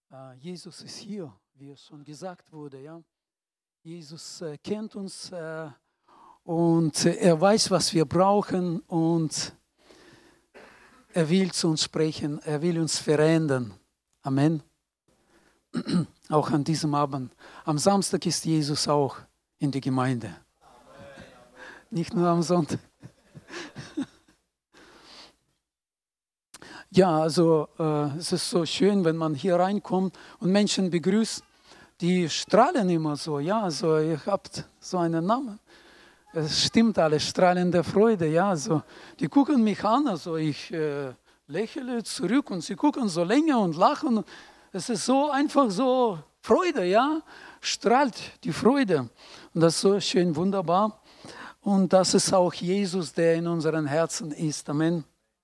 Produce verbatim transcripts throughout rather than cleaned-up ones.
Äh, Jesus ist hier, wie es schon gesagt wurde. Ja? Jesus äh, kennt uns äh, und äh, er weiß, was wir brauchen und er will zu uns sprechen, er will uns verändern. Amen. Auch an diesem Abend. Am Samstag ist Jesus auch in die Gemeinde. Nicht nur am Sonntag. Ja, also äh, es ist so schön, wenn man hier reinkommt und Menschen begrüßt, die strahlen immer so. Ja, also ihr habt so einen Namen. Es stimmt alles, strahlende Freude. Ja, also die gucken mich an, also ich äh, lächle zurück und sie gucken so länger und lachen. Es ist so einfach so Freude, ja, strahlt die Freude. Und das ist so schön, wunderbar. Und das ist auch Jesus, der in unseren Herzen ist. Amen.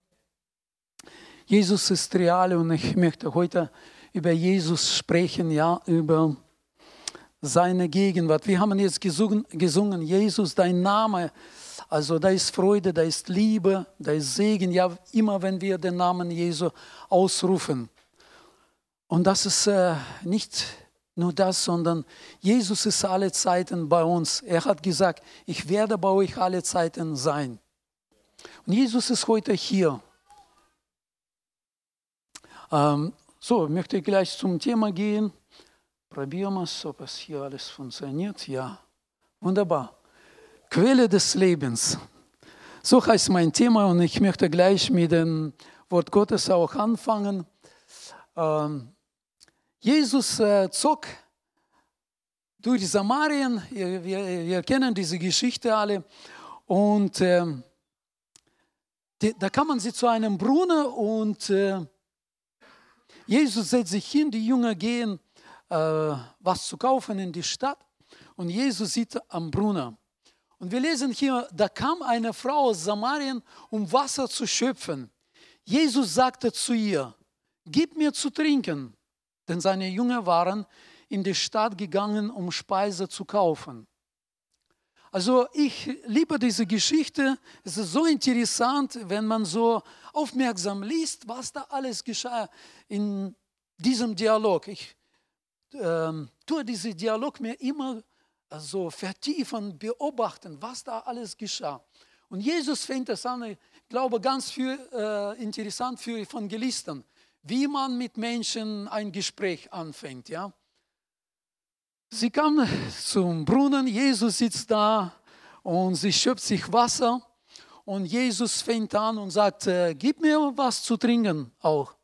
Jesus ist real und ich möchte heute über Jesus sprechen, ja, über seine Gegenwart. Wir haben jetzt gesungen, gesungen, Jesus, dein Name, also da ist Freude, da ist Liebe, da ist Segen, ja, immer wenn wir den Namen Jesu ausrufen. Und das ist äh, nicht nur das, sondern Jesus ist alle Zeiten bei uns. Er hat gesagt, ich werde bei euch alle Zeiten sein. Und Jesus ist heute hier. Ähm, so, ich möchte gleich zum Thema gehen. Probieren wir es, ob es hier alles funktioniert. Ja, wunderbar. Quelle des Lebens. So heißt mein Thema und ich möchte gleich mit dem Wort Gottes auch anfangen. Ähm, Jesus äh, zog durch Samarien, wir, wir, wir kennen diese Geschichte alle, und äh, die, da kamen sie zu einem Brunnen und äh, Jesus setzt sich hin, die Jünger gehen äh, was zu kaufen in die Stadt und Jesus sitzt am Brunnen. Und wir lesen hier, da kam eine Frau aus Samarien, um Wasser zu schöpfen. Jesus sagte zu ihr, gib mir zu trinken, denn seine Jünger waren in die Stadt gegangen, um Speise zu kaufen. Also ich liebe diese Geschichte, es ist so interessant, wenn man so aufmerksam liest, was da alles geschah in diesem Dialog. Ich ähm, tue diesen Dialog mir immer so vertiefen, beobachten, was da alles geschah. Und Jesus fängt das an, ich glaube, ganz viel, äh, interessant für Evangelisten, wie man mit Menschen ein Gespräch anfängt. Ja? Sie kam zum Brunnen, Jesus sitzt da und sie schöpft sich Wasser und Jesus fängt an und sagt, äh, gib mir was zu trinken auch.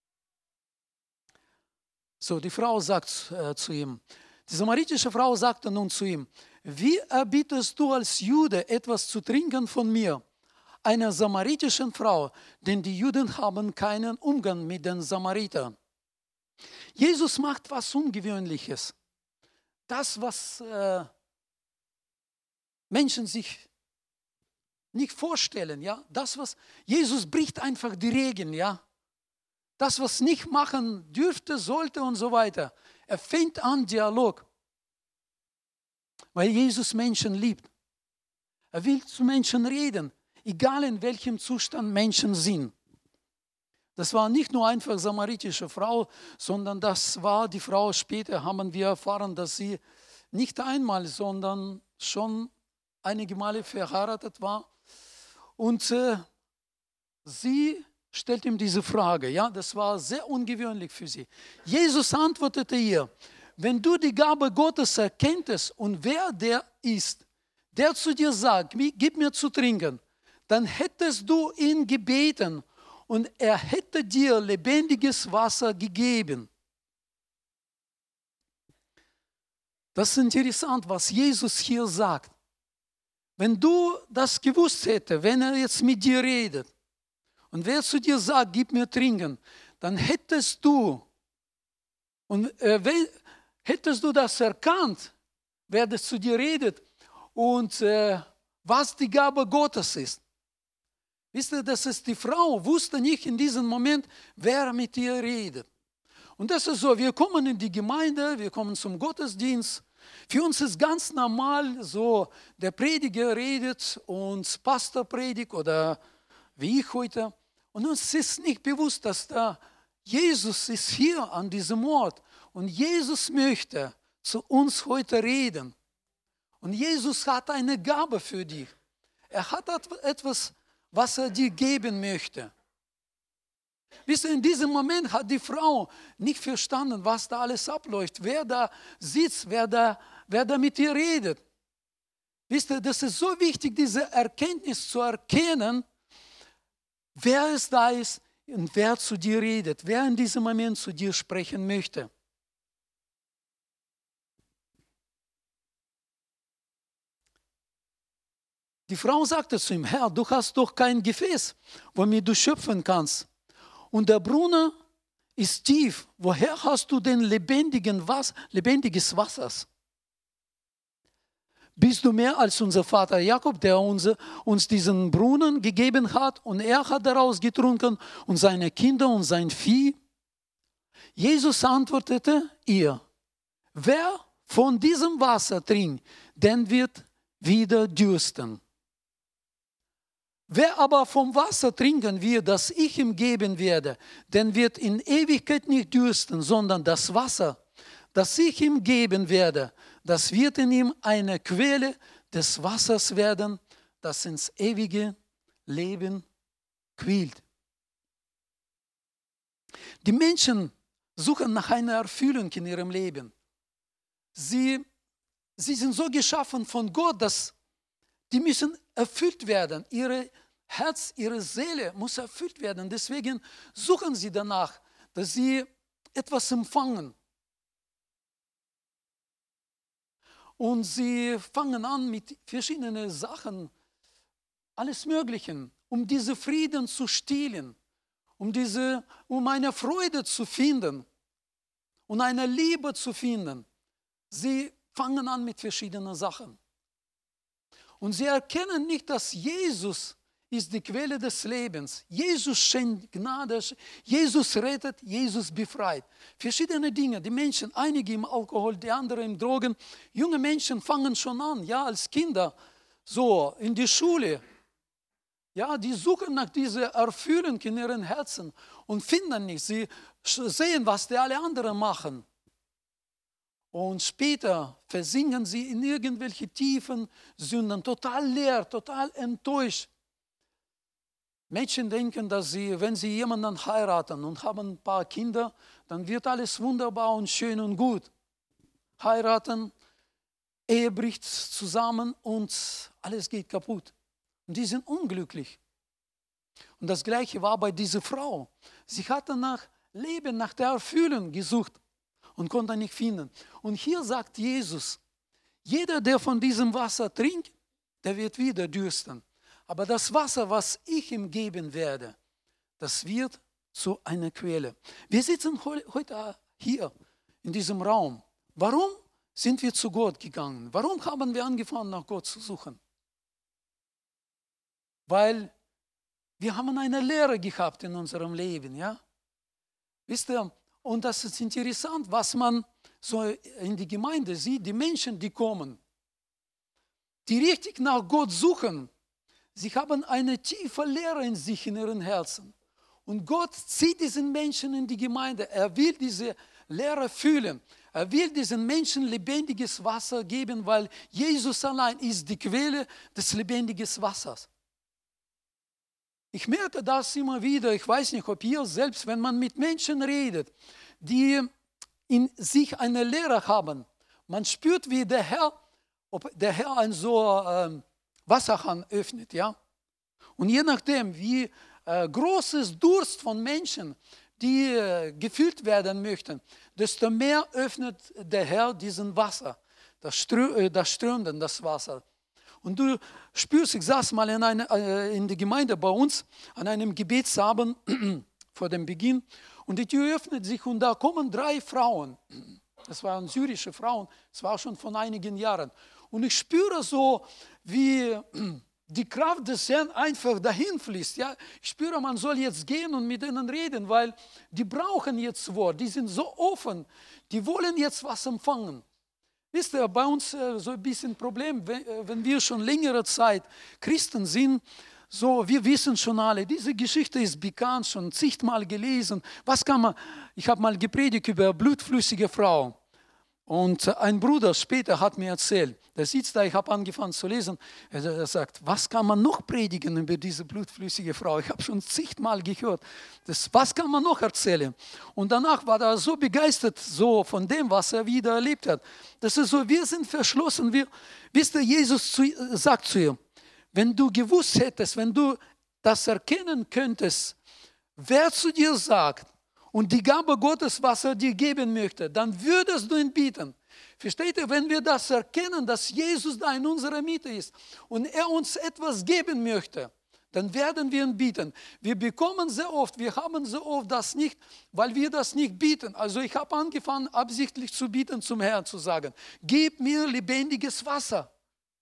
So, die Frau sagt äh, zu ihm, die samaritische Frau sagte nun zu ihm, wie erbittest du als Jude etwas zu trinken von mir, einer samaritischen Frau, denn die Juden haben keinen Umgang mit den Samaritern. Jesus macht was Ungewöhnliches. Das, was äh, Menschen sich nicht vorstellen, ja, das, was Jesus bricht einfach die Regeln, ja, das, was nicht machen dürfte, sollte und so weiter. Er fängt an Dialog, weil Jesus Menschen liebt. Er will zu Menschen reden, egal in welchem Zustand Menschen sind. Das war nicht nur einfach samaritische Frau, sondern das war die Frau, später haben wir erfahren, dass sie nicht einmal, sondern schon einige Male verheiratet war. Und äh, sie stellt ihm diese Frage, ja, das war sehr ungewöhnlich für sie. Jesus antwortete ihr, wenn du die Gabe Gottes erkenntest und wer der ist, der zu dir sagt, gib mir zu trinken, dann hättest du ihn gebeten und er hätte dir lebendiges Wasser gegeben. Das ist interessant, was Jesus hier sagt. Wenn du das gewusst hättest, wenn er jetzt mit dir redet und wer zu dir sagt, gib mir trinken, dann hättest du, und äh, wenn, hättest du das erkannt, wer das zu dir redet und äh, was die Gabe Gottes ist. Wisst ihr, das ist die Frau, wusste nicht in diesem Moment, wer mit ihr redet. Und das ist so, wir kommen in die Gemeinde, wir kommen zum Gottesdienst. Für uns ist ganz normal so, der Prediger redet und Pastor predigt oder wie ich heute. Und uns ist nicht bewusst, dass da Jesus ist hier an diesem Ort und Jesus möchte zu uns heute reden. Und Jesus hat eine Gabe für dich. Er hat etwas, was er dir geben möchte. Wisst ihr, in diesem Moment hat die Frau nicht verstanden, was da alles abläuft, wer da sitzt, wer da, wer da mit ihr redet. Wisst ihr, das ist so wichtig, diese Erkenntnis zu erkennen, wer es da ist und wer zu dir redet, wer in diesem Moment zu dir sprechen möchte. Die Frau sagte zu ihm, Herr, du hast doch kein Gefäß, womit du schöpfen kannst. Und der Brunnen ist tief. Woher hast du denn lebendigen Was- lebendiges Wassers? Bist du mehr als unser Vater Jakob, der uns, uns diesen Brunnen gegeben hat und er hat daraus getrunken und seine Kinder und sein Vieh? Jesus antwortete ihr, wer von diesem Wasser trinkt, den wird wieder dürsten. Wer aber vom Wasser trinken wird, das ich ihm geben werde, den wird in Ewigkeit nicht dürsten, sondern das Wasser, das ich ihm geben werde, das wird in ihm eine Quelle des Wassers werden, das ins ewige Leben quillt. Die Menschen suchen nach einer Erfüllung in ihrem Leben. Sie, sie sind so geschaffen von Gott, dass die müssen erfüllt werden. Ihre Herz, ihre Seele muss erfüllt werden. Deswegen suchen sie danach, dass sie etwas empfangen. Und sie fangen an mit verschiedenen Sachen, alles Mögliche, um diese Frieden zu stillen, um, diese, um eine Freude zu finden und eine Liebe zu finden. Sie fangen an mit verschiedenen Sachen. Und sie erkennen nicht, dass Jesus ist die Quelle des Lebens. Jesus schenkt Gnade, Jesus rettet, Jesus befreit. Verschiedene Dinge, die Menschen, einige im Alkohol, die anderen im Drogen. Junge Menschen fangen schon an, ja, als Kinder, so in die Schule. Ja, die suchen nach dieser Erfüllung in ihren Herzen und finden nicht. Sie sehen, was die alle anderen machen. Und später versinken sie in irgendwelche tiefen Sünden, total leer, total enttäuscht. Menschen denken, dass sie, wenn sie jemanden heiraten und haben ein paar Kinder, dann wird alles wunderbar und schön und gut. Heiraten, Ehe bricht zusammen und alles geht kaputt. Und die sind unglücklich. Und das Gleiche war bei dieser Frau. Sie hatte nach Leben, nach der Erfüllung gesucht und konnte nicht finden. Und hier sagt Jesus, jeder, der von diesem Wasser trinkt, der wird wieder dürsten. Aber das Wasser, was ich ihm geben werde, das wird zu einer Quelle. Wir sitzen heute hier in diesem Raum. Warum sind wir zu Gott gegangen? Warum haben wir angefangen, nach Gott zu suchen? Weil wir haben eine Lehre gehabt in unserem Leben, ja? Wisst ihr, und das ist interessant, was man so in die Gemeinde sieht, die Menschen, die kommen, die richtig nach Gott suchen, sie haben eine tiefe Lehre in sich, in ihren Herzen. Und Gott zieht diesen Menschen in die Gemeinde. Er will diese Lehre fühlen. Er will diesen Menschen lebendiges Wasser geben, weil Jesus allein ist die Quelle des lebendigen Wassers. Ich merke das immer wieder, ich weiß nicht, ob ihr selbst, wenn man mit Menschen redet, die in sich eine Lehre haben, man spürt, wie der Herr, ob der Herr ein so ähm, Wasserhahn öffnet, ja. Und je nachdem, wie äh, groß ist Durst von Menschen, die äh, gefüllt werden möchten, desto mehr öffnet der Herr diesen Wasser, das, Strö äh, das strömt in das Wasser. Und du spürst, ich saß mal in, eine, äh, in der Gemeinde bei uns an einem Gebetsabend vor dem Beginn und die Tür öffnet sich und da kommen drei Frauen. Das waren syrische Frauen, das war schon vor einigen Jahren. Und ich spüre so, wie die Kraft des Herrn einfach dahin fließt. Ja? Ich spüre, man soll jetzt gehen und mit ihnen reden, weil die brauchen jetzt Wort, die sind so offen, die wollen jetzt was empfangen. Wisst ihr, bei uns äh, so ein bisschen Problem, wenn, äh, wenn wir schon längere Zeit Christen sind, So, wir wissen schon alle, diese Geschichte ist bekannt, schon zigmal gelesen. Was kann man, ich habe mal gepredigt über eine blutflüssige Frau. Und ein Bruder später hat mir erzählt, der sitzt da, ich habe angefangen zu lesen, er sagt, was kann man noch predigen über diese blutflüssige Frau? Ich habe schon zigmal gehört, das, was kann man noch erzählen? Und danach war er so begeistert so von dem, was er wieder erlebt hat. Das ist so, wir sind verschlossen. Wir, wisst ihr, Jesus zu, sagt zu ihr, wenn du gewusst hättest, wenn du das erkennen könntest, wer zu dir sagt, und die Gabe Gottes, was er dir geben möchte, dann würdest du ihn bieten. Versteht ihr, wenn wir das erkennen, dass Jesus da in unserer Mitte ist und er uns etwas geben möchte, dann werden wir ihn bieten. Wir bekommen sehr oft, wir haben sehr oft das nicht, weil wir das nicht bieten. Also ich habe angefangen, absichtlich zu bieten, zum Herrn zu sagen, gib mir lebendiges Wasser.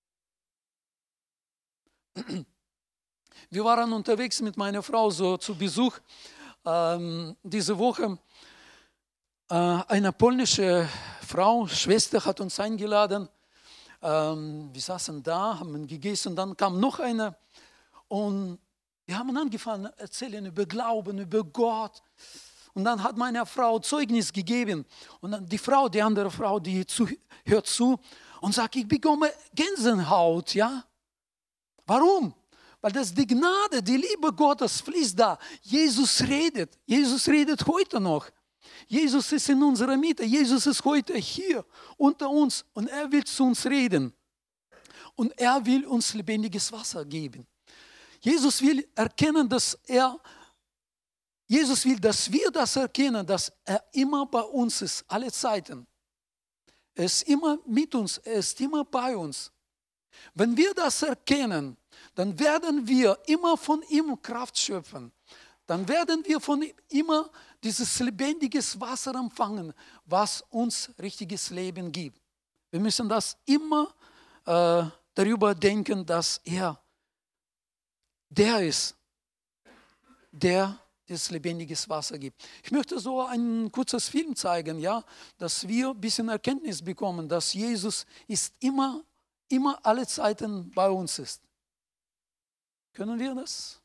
Wir waren unterwegs mit meiner Frau so zu Besuch. Ähm, diese Woche äh, eine polnische Frau, Schwester, hat uns eingeladen. Ähm, wir saßen da, haben gegessen, dann kam noch eine und wir haben angefangen zu erzählen über Glauben, über Gott. Und dann hat meine Frau Zeugnis gegeben und dann die Frau, die andere Frau, die zu, hört zu und sagt, ich bekomme Gänsehaut, ja? Warum? Weil das die Gnade, die Liebe Gottes fließt da. Jesus redet. Jesus redet heute noch. Jesus ist in unserer Mitte. Jesus ist heute hier unter uns und er will zu uns reden. Und er will uns lebendiges Wasser geben. Jesus will erkennen, dass er, Jesus will, dass wir das erkennen, dass er immer bei uns ist, alle Zeiten. Er ist immer mit uns, er ist immer bei uns. Wenn wir das erkennen, dann werden wir immer von ihm Kraft schöpfen. Dann werden wir von ihm immer dieses lebendiges Wasser empfangen, was uns richtiges Leben gibt. Wir müssen das immer äh, darüber denken, dass er der ist, der das lebendiges Wasser gibt. Ich möchte so ein kurzes Film zeigen, ja, dass wir ein bisschen Erkenntnis bekommen, dass Jesus ist immer, immer alle Zeiten bei uns ist. Können wir das?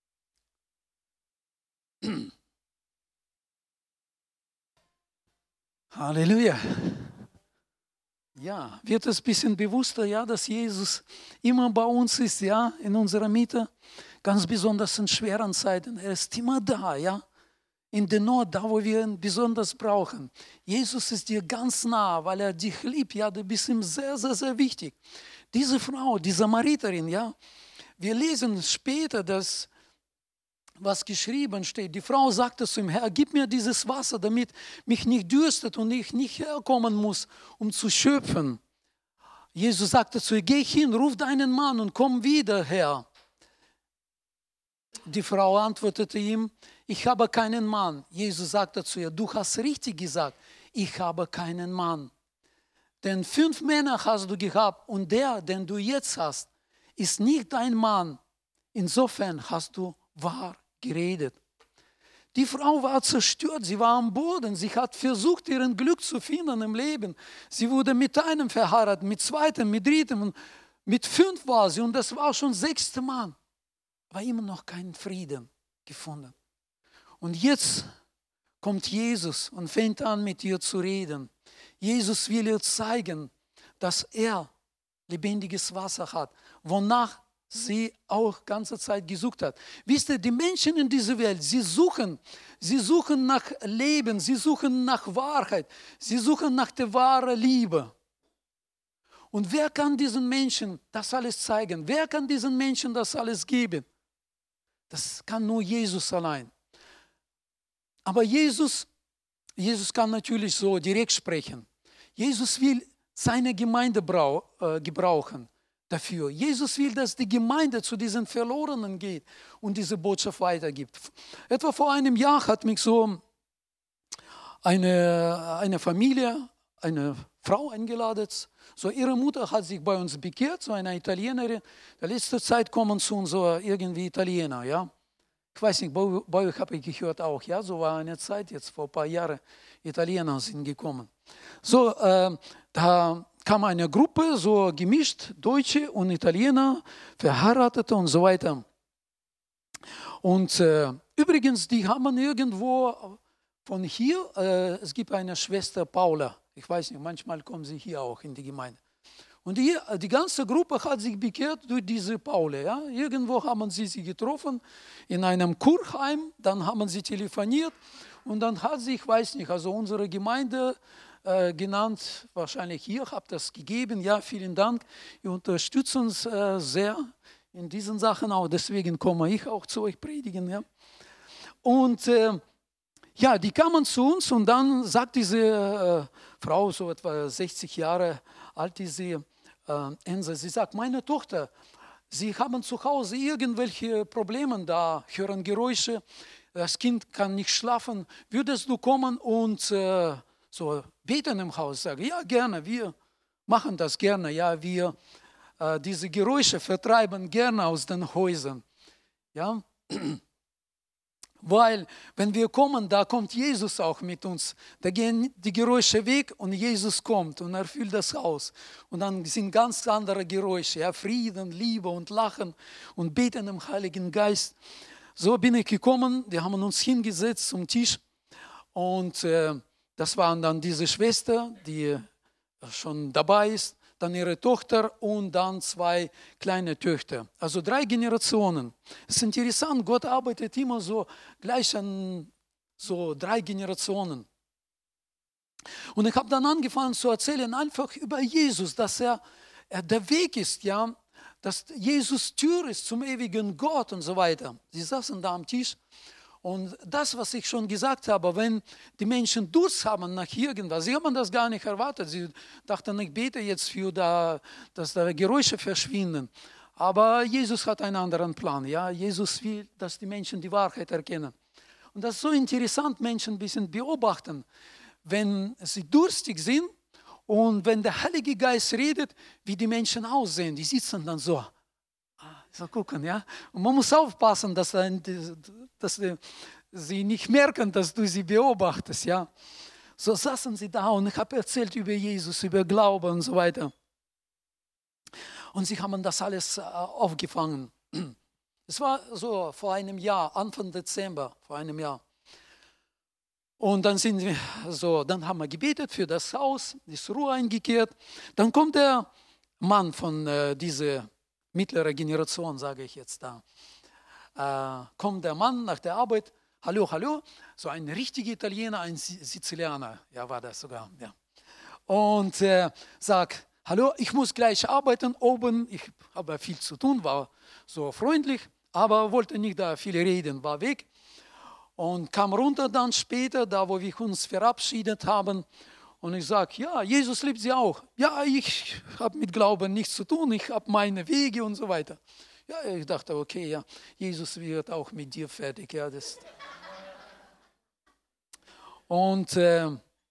Halleluja. Ja, wird es ein bisschen bewusster, ja, dass Jesus immer bei uns ist, ja, in unserer Mitte, ganz besonders in schweren Zeiten. Er ist immer da, ja, in der Not, da wo wir ihn besonders brauchen. Jesus ist dir ganz nah, weil er dich liebt, ja, du bist ihm sehr, sehr, sehr wichtig. Diese Frau, die Samariterin, ja, wir lesen später, dass, was geschrieben steht, die Frau sagte zu ihm, Herr, gib mir dieses Wasser, damit mich nicht dürstet und ich nicht herkommen muss, um zu schöpfen. Jesus sagte zu ihr, geh hin, ruf deinen Mann und komm wieder her. Die Frau antwortete ihm, ich habe keinen Mann. Jesus sagte zu ihr, du hast richtig gesagt, ich habe keinen Mann. Denn fünf Männer hast du gehabt und der, den du jetzt hast, ist nicht dein Mann. Insofern hast du wahr geredet. Die Frau war zerstört, sie war am Boden, sie hat versucht, ihren Glück zu finden im Leben. Sie wurde mit einem verheiratet, mit zweitem, mit drittem und mit fünf war sie und das war schon sechste Mann. Aber immer noch keinen Frieden gefunden. Und jetzt kommt Jesus und fängt an, mit ihr zu reden. Jesus will ihr zeigen, dass er lebendiges Wasser hat, wonach sie auch ganze Zeit gesucht hat. Wisst ihr, die Menschen in dieser Welt, sie suchen, sie suchen nach Leben, sie suchen nach Wahrheit, sie suchen nach der wahren Liebe. Und wer kann diesen Menschen das alles zeigen? Wer kann diesen Menschen das alles geben? Das kann nur Jesus allein. Aber Jesus, Jesus kann natürlich so direkt sprechen. Jesus will seine Gemeinde gebrauchen dafür. Jesus will, dass die Gemeinde zu diesen Verlorenen geht und diese Botschaft weitergibt. Etwa vor einem Jahr hat mich so eine, eine Familie, eine Frau eingeladen. So ihre Mutter hat sich bei uns bekehrt, so eine Italienerin. In letzter Zeit kommen zu uns so irgendwie Italiener, ja. Ich weiß nicht, bei, bei euch habe ich gehört auch, ja, so war eine Zeit, jetzt vor ein paar Jahren, Italiener sind gekommen. So, äh, da kam eine Gruppe, so gemischt, Deutsche und Italiener, Verheiratete und so weiter. Und äh, übrigens, die haben irgendwo von hier, äh, es gibt eine Schwester Paula, ich weiß nicht, manchmal kommen sie hier auch in die Gemeinde. Und die, die ganze Gruppe hat sich bekehrt durch diese Paula. Ja? Irgendwo haben sie sie getroffen, in einem Kurheim, dann haben sie telefoniert und dann hat sie, ich weiß nicht, also unsere Gemeinde äh, genannt, wahrscheinlich hier, habt das gegeben, ja, vielen Dank, ihr unterstützt uns äh, sehr in diesen Sachen auch, deswegen komme ich auch zu euch predigen. Ja? Und äh, ja, die kamen zu uns und dann sagt diese äh, Frau, so etwa sechzig Jahre alt ist sie, äh, Ense, sie sagt, meine Tochter, sie haben zu Hause irgendwelche Probleme da, hören Geräusche, das Kind kann nicht schlafen, würdest du kommen und äh, so beten im Haus? Sage, ja, gerne, wir machen das gerne, ja, wir äh, diese Geräusche vertreiben gerne aus den Häusern, ja. Weil, wenn wir kommen, da kommt Jesus auch mit uns. Da gehen die Geräusche weg und Jesus kommt und erfüllt das Haus. Und dann sind ganz andere Geräusche, ja, Frieden, Liebe und Lachen und Beten im Heiligen Geist. So bin ich gekommen, wir haben uns hingesetzt zum Tisch und äh, das waren dann diese Schwester, die schon dabei ist, dann ihre Tochter und dann zwei kleine Töchter. Also drei Generationen. Es ist interessant, Gott arbeitet immer so gleich an so drei Generationen. Und ich habe dann angefangen zu erzählen einfach über Jesus, dass er, er der Weg ist, ja, dass Jesus Tür ist zum ewigen Gott und so weiter. Sie saßen da am Tisch. Und das, was ich schon gesagt habe, wenn die Menschen Durst haben nach irgendwas, sie haben das gar nicht erwartet. Sie dachten, ich bete jetzt für, da, dass da Geräusche verschwinden. Aber Jesus hat einen anderen Plan. Ja? Jesus will, dass die Menschen die Wahrheit erkennen. Und das ist so interessant, Menschen ein bisschen beobachten, wenn sie durstig sind und wenn der Heilige Geist redet, wie die Menschen aussehen. Die sitzen dann so. So gucken, ja. Und man muss aufpassen, dass, dass sie nicht merken, dass du sie beobachtest, ja. So saßen sie da und ich habe erzählt über Jesus, über Glauben und so weiter. Und sie haben das alles aufgefangen. Es war so vor einem Jahr, Anfang Dezember, vor einem Jahr. Und dann sind wir so, dann haben wir gebetet für das Haus, ist Ruhe eingekehrt. Dann kommt der Mann von äh, dieser mittlere Generation, sage ich jetzt da, äh, kommt der Mann nach der Arbeit, hallo, hallo, so ein richtiger Italiener, ein Sizilianer, ja, war das sogar, ja. Und äh, sagt, hallo, ich muss gleich arbeiten oben, ich habe viel zu tun, war so freundlich, aber wollte nicht da viel reden, war weg und kam runter dann später, da wo wir uns verabschiedet haben. Und ich sage, ja, Jesus liebt sie auch. Ja, ich habe mit Glauben nichts zu tun, ich habe meine Wege und so weiter. Ja, ich dachte, okay, ja, Jesus wird auch mit dir fertig. Ja, das. Und, äh,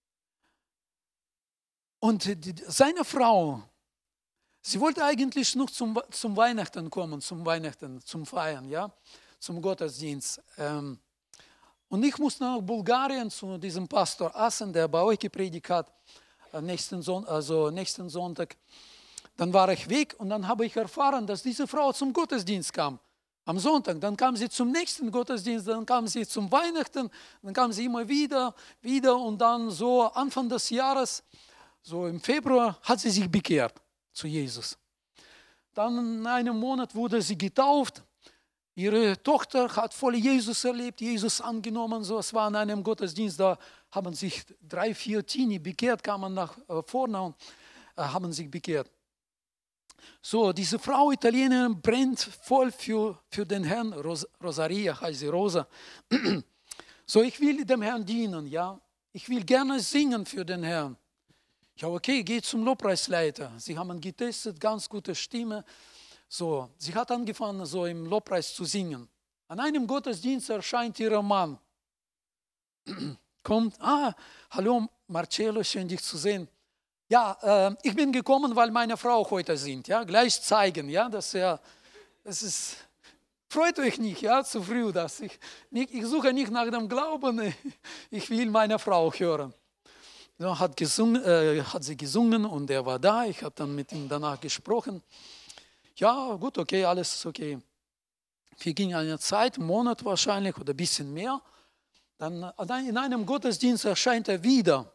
und die, seine Frau, sie wollte eigentlich noch zum, zum Weihnachten kommen, zum Weihnachten, zum Feiern, ja, zum Gottesdienst. Ähm, Und ich muss nach Bulgarien zu diesem Pastor Assen, der bei euch gepredigt hat, nächsten, Son- also nächsten Sonntag. Dann war ich weg und dann habe ich erfahren, dass diese Frau zum Gottesdienst kam. Am Sonntag, dann kam sie zum nächsten Gottesdienst, dann kam sie zum Weihnachten, dann kam sie immer wieder, wieder und dann so Anfang des Jahres, so im Februar, hat sie sich bekehrt zu Jesus. Dann in einem Monat wurde sie getauft. Ihre Tochter hat voll Jesus erlebt, Jesus angenommen. So, es war in einem Gottesdienst, da haben sich drei, vier Teenie bekehrt, kamen nach vorne und äh, haben sich bekehrt. So, diese Frau Italienerin brennt voll für, für den Herrn. Ros- Rosaria heißt sie, Rosa. So, ich will dem Herrn dienen, ja. Ich will gerne singen für den Herrn. Ja, okay, geh zum Lobpreisleiter. Sie haben getestet, ganz gute Stimme. So, sie hat angefangen, so im Lobpreis zu singen. An einem Gottesdienst erscheint ihr Mann. Kommt, ah, hallo Marcello, schön dich zu sehen. Ja, äh, ich bin gekommen, weil meine Frau heute singt. Ja, gleich zeigen, ja, dass er, es ist, freut euch nicht, ja, zu früh, dass ich, nicht, ich suche nicht nach dem Glauben, ich will meine Frau hören. So, hat, gesungen, äh, hat sie gesungen und er war da, ich habe dann mit ihm danach gesprochen. Ja, gut, okay, alles ist okay. verging eine Zeit, einen Monat wahrscheinlich oder ein bisschen mehr. Dann in einem Gottesdienst erscheint er wieder.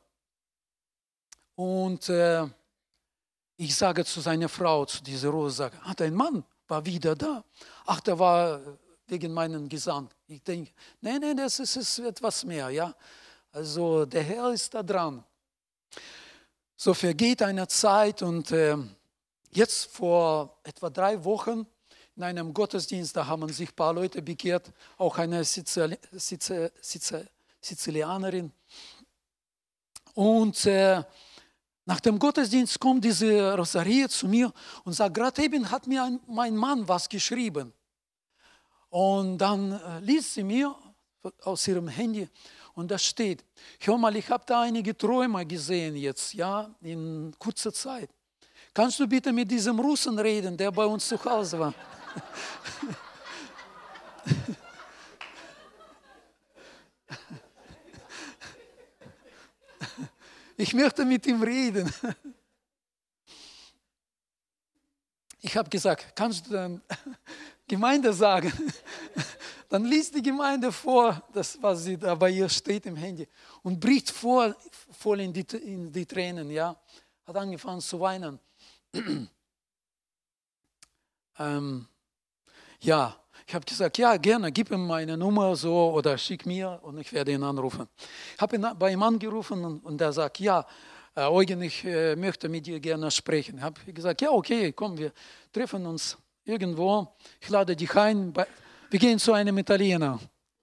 Und äh, ich sage zu seiner Frau, zu dieser Rose, sage, ah, dein Mann war wieder da. Ach, der war wegen meinem Gesang. Ich denke, nein, nein, das ist, ist etwas mehr. Ja? Also der Herr ist da dran. So vergeht eine Zeit und äh, jetzt vor etwa drei Wochen in einem Gottesdienst, da haben sich ein paar Leute bekehrt, auch eine Sizili Sizil Sizil Sizilianerin. Und äh, nach dem Gottesdienst kommt diese Rosaria zu mir und sagt, gerade eben hat mir ein, mein Mann was geschrieben. Und dann äh, liest sie mir aus ihrem Handy und da steht, hör mal, ich habe da einige Träume gesehen jetzt, ja, in kurzer Zeit. Kannst du bitte mit diesem Russen reden, der bei uns zu Hause war? Ich möchte mit ihm reden. Ich habe gesagt, kannst du dann Gemeinde sagen? Dann liest die Gemeinde vor, das, was sie da bei ihr steht im Handy, und bricht vor, voll in die, in die Tränen, ja. Hat angefangen zu weinen. ähm, ja, ich habe gesagt, ja, gerne, gib ihm meine Nummer so oder schick mir und ich werde ihn anrufen. Ich habe ihn bei ihm angerufen und, und er sagt, ja, äh, Eugen, ich äh, möchte mit dir gerne sprechen. Ich habe gesagt, ja, okay, komm, wir treffen uns irgendwo. Ich lade dich ein, bei, wir gehen zu einem Italiener.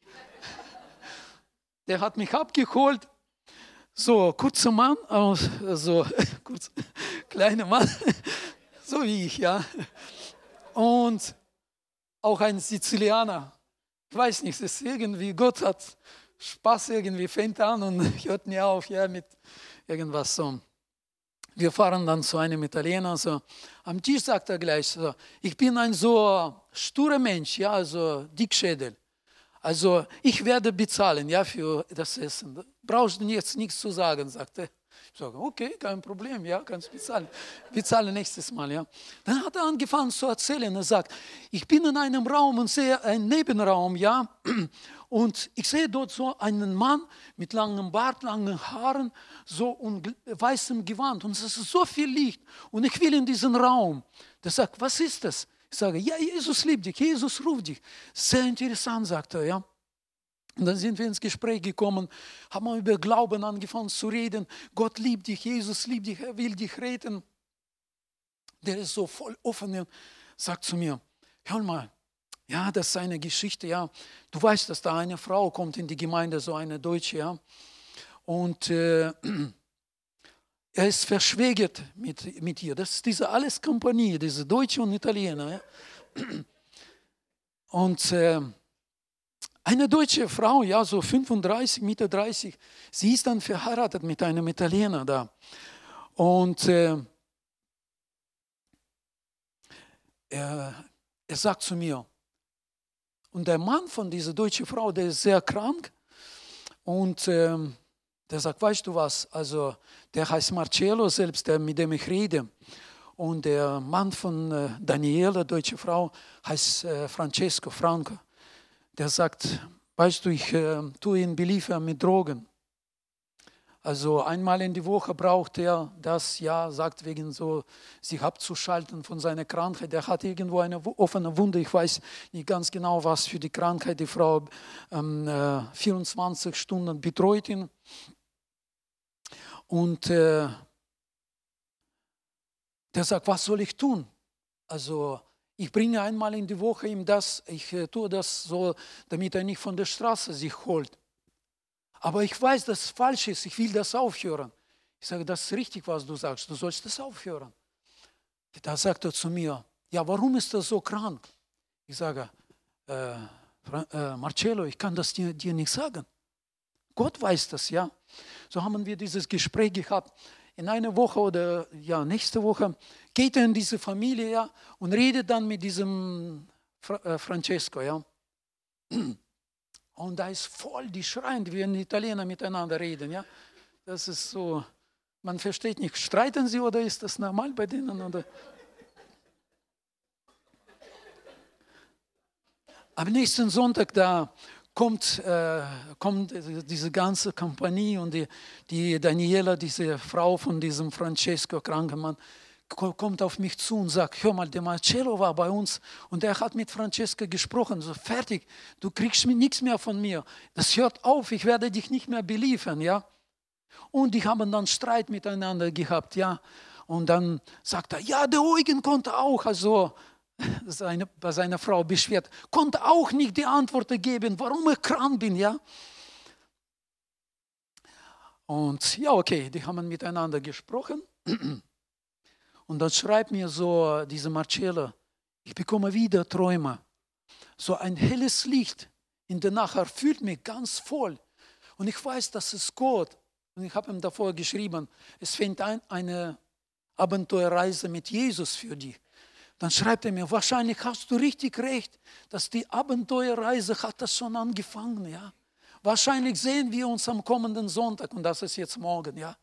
Der hat mich abgeholt. So, kurzer Mann, also kurz, kleiner Mann, so wie ich, ja. Und auch ein Sizilianer. Ich weiß nicht, es ist irgendwie, Gott hat Spaß irgendwie, fängt an und hört nie auf, ja, mit irgendwas so. Wir fahren dann zu einem Italiener, so. Am Tisch sagt er gleich so, ich bin ein so sturer Mensch, ja, also Dickschädel. Also ich werde bezahlen, ja, für das Essen. Brauchst du jetzt nichts zu sagen, sagt er. Ich sage, okay, kein Problem, ja, kannst bezahlen. Bezahle nächstes Mal, ja. Dann hat er angefangen zu erzählen. Er sagt, ich bin in einem Raum und sehe einen Nebenraum, ja. Und ich sehe dort so einen Mann mit langem Bart, langen Haaren, so und weißem Gewand. Und es ist so viel Licht. Und ich will in diesen Raum. Der sagt, was ist das? Ich sage, ja, Jesus liebt dich, Jesus ruft dich. Sehr interessant, sagt er, ja. Und dann sind wir ins Gespräch gekommen, haben über Glauben angefangen zu reden. Gott liebt dich, Jesus liebt dich, er will dich retten. Der ist so voll offen und sagt zu mir, hör mal, ja, das ist eine Geschichte, ja. Du weißt, dass da eine Frau kommt in die Gemeinde, so eine Deutsche, ja. Und äh, er ist verschwägert mit, mit ihr. Das ist diese alles Kompanie, diese Deutsche und Italiener. Ja? Und äh, eine deutsche Frau, ja, so fünfunddreißig, Mitte dreißig, sie ist dann verheiratet mit einem Italiener da. Und äh, er, er sagt zu mir, und der Mann von dieser deutschen Frau, der ist sehr krank und äh, der sagt, weißt du was, also der heißt Marcello selbst, der, mit dem ich rede. Und der Mann von äh, Daniela, deutsche Frau, heißt äh, Francesco, Franco. Der sagt, weißt du, ich äh, tue ihn beliefern mit Drogen. Also einmal in die Woche braucht er das, ja, sagt wegen so, sich abzuschalten von seiner Krankheit. Er hat irgendwo eine offene Wunde, ich weiß nicht ganz genau, was für die Krankheit. Die Frau ähm, äh, vierundzwanzig Stunden betreut ihn. Und äh, der sagt, was soll ich tun? Also ich bringe einmal in die Woche ihm das, ich äh, tue das so, damit er nicht von der Straße sich holt. Aber ich weiß, dass es falsch ist, ich will das aufhören. Ich sage, das ist richtig, was du sagst, du sollst das aufhören. Da sagt er zu mir, ja, warum ist er so krank? Ich sage, äh, äh, Marcello, ich kann das dir, dir nicht sagen. Gott weiß das, ja. So haben wir dieses Gespräch gehabt. In einer Woche oder ja, nächste Woche geht er in diese Familie, ja, und redet dann mit diesem Fra äh, Francesco, ja. Und da ist voll, die schreien, wie ein Italiener miteinander reden, ja. Das ist so, man versteht nicht, streiten sie oder ist das normal bei denen? Oder? Am nächsten Sonntag, da kommt, äh, kommt diese ganze Kompanie und die, die Daniela, diese Frau von diesem Francesco, kranken Mann, kommt auf mich zu und sagt, hör mal, der Marcello war bei uns und er hat mit Francesca gesprochen, so fertig, du kriegst nichts mehr von mir, das hört auf, ich werde dich nicht mehr beliefern, ja. Und die haben dann Streit miteinander gehabt, ja. Und dann sagt er, ja, der Eugen konnte auch, also seine, bei seiner Frau beschwert, konnte auch nicht die Antwort geben, warum ich krank bin, ja. Und ja, okay, die haben miteinander gesprochen. Und dann schreibt mir so diese Marcella, ich bekomme wieder Träume. So ein helles Licht in der Nacht erfüllt mich ganz voll. Und ich weiß, das ist Gott. Und ich habe ihm davor geschrieben, es fängt ein, eine Abenteuerreise mit Jesus für dich. Dann schreibt er mir, wahrscheinlich hast du richtig recht, dass die Abenteuerreise hat das schon angefangen. Ja? Wahrscheinlich sehen wir uns am kommenden Sonntag und das ist jetzt morgen. Ja?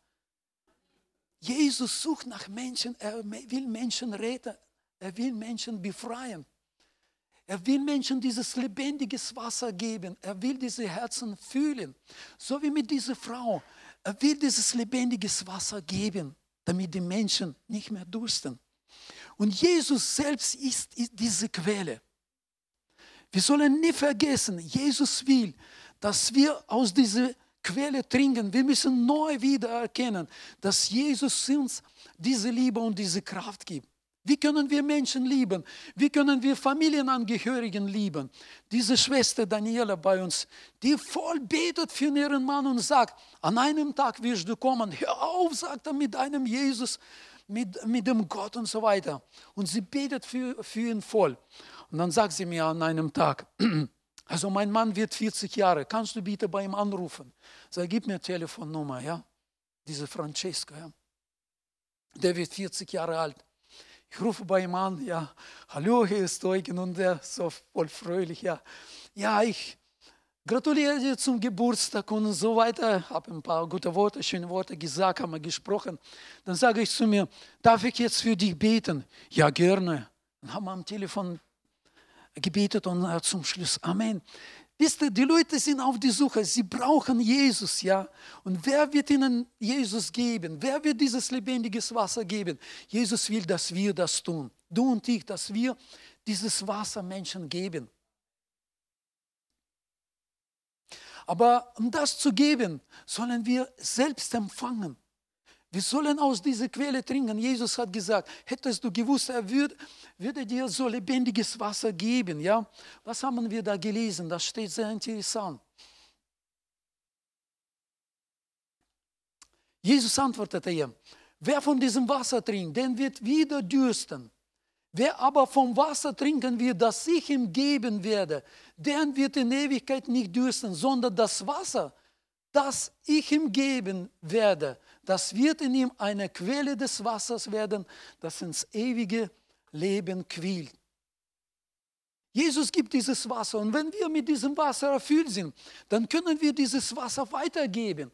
Jesus sucht nach Menschen, er will Menschen retten, er will Menschen befreien. Er will Menschen dieses lebendiges Wasser geben, er will diese Herzen fühlen. So wie mit dieser Frau, er will dieses lebendiges Wasser geben, damit die Menschen nicht mehr dursten. Und Jesus selbst ist, ist diese Quelle. Wir sollen nie vergessen, Jesus will, dass wir aus dieser Quelle trinken. Wir müssen neu wieder erkennen, dass Jesus uns diese Liebe und diese Kraft gibt. Wie können wir Menschen lieben? Wie können wir Familienangehörigen lieben? Diese Schwester Daniela bei uns, die voll betet für ihren Mann und sagt, an einem Tag wirst du kommen, hör auf, sagt er, mit deinem Jesus, mit, mit dem Gott und so weiter. Und sie betet für, für ihn voll. Und dann sagt sie mir an einem Tag, also mein Mann wird vierzig Jahre, kannst du bitte bei ihm anrufen? Sag, gib mir Telefonnummer, ja, diese Francesca, ja. Der wird vierzig Jahre alt. Ich rufe bei ihm an, ja, hallo, hier ist Eugen und der ist so voll fröhlich, ja. Ja, ich gratuliere dir zum Geburtstag und so weiter, habe ein paar gute Worte, schöne Worte gesagt, haben wir gesprochen. Dann sage ich zu mir, darf ich jetzt für dich beten? Ja, gerne. Dann haben wir am Telefon gebetet und zum Schluss, Amen. Wisst ihr, die Leute sind auf die Suche, sie brauchen Jesus, ja. Und wer wird ihnen Jesus geben? Wer wird dieses lebendiges Wasser geben? Jesus will, dass wir das tun. Du und ich, dass wir dieses Wasser Menschen geben. Aber um das zu geben, sollen wir selbst empfangen. Wir sollen aus dieser Quelle trinken. Jesus hat gesagt, hättest du gewusst, er würde, würde dir so lebendiges Wasser geben. Ja? Was haben wir da gelesen? Das steht sehr interessant. Jesus antwortete ihr, wer von diesem Wasser trinkt, den wird wieder dürsten. Wer aber vom Wasser trinken wird, das ich ihm geben werde, den wird in Ewigkeit nicht dürsten, sondern das Wasser, das ich ihm geben werde, das wird in ihm eine Quelle des Wassers werden, das ins ewige Leben quillt. Jesus gibt dieses Wasser und wenn wir mit diesem Wasser erfüllt sind, dann können wir dieses Wasser weitergeben.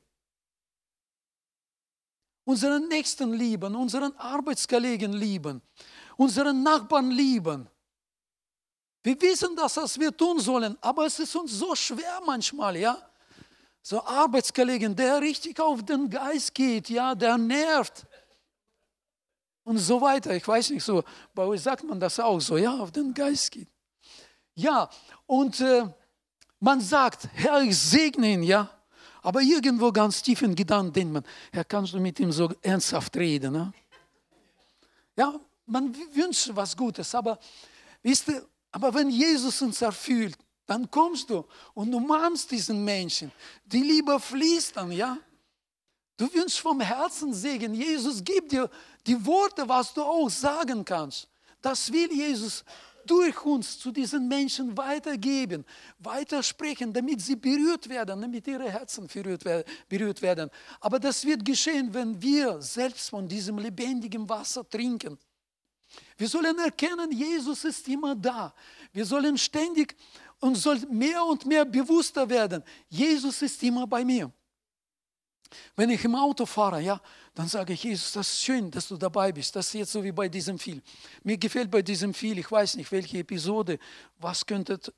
Unseren Nächsten lieben, unseren Arbeitskollegen lieben, unseren Nachbarn lieben. Wir wissen das, was wir tun sollen, aber es ist uns so schwer manchmal, ja. So Arbeitskollegen, der richtig auf den Geist geht, ja, der nervt und so weiter. Ich weiß nicht, so bei euch sagt man das auch so, ja, auf den Geist geht. Ja, und äh, man sagt, Herr, ich segne ihn, ja, aber irgendwo ganz tief in Gedanken denkt man, Herr, kannst du mit ihm so ernsthaft reden, ne? Ja, man wünscht was Gutes, aber wisst ihr, aber wenn Jesus uns erfüllt, dann kommst du und du mahnst diesen Menschen. Die Liebe fließt dann, ja. Du wünschst vom Herzen Segen. Jesus gibt dir die Worte, was du auch sagen kannst. Das will Jesus durch uns zu diesen Menschen weitergeben, weitersprechen, damit sie berührt werden, damit ihre Herzen berührt werden. Aber das wird geschehen, wenn wir selbst von diesem lebendigen Wasser trinken. Wir sollen erkennen, Jesus ist immer da. Wir sollen ständig und soll mehr und mehr bewusster werden. Jesus ist immer bei mir. Wenn ich im Auto fahre, ja, dann sage ich, Jesus, das ist schön, dass du dabei bist. Das ist jetzt so wie bei diesem Film. Mir gefällt bei diesem Film, ich weiß nicht, welche Episode, was könnte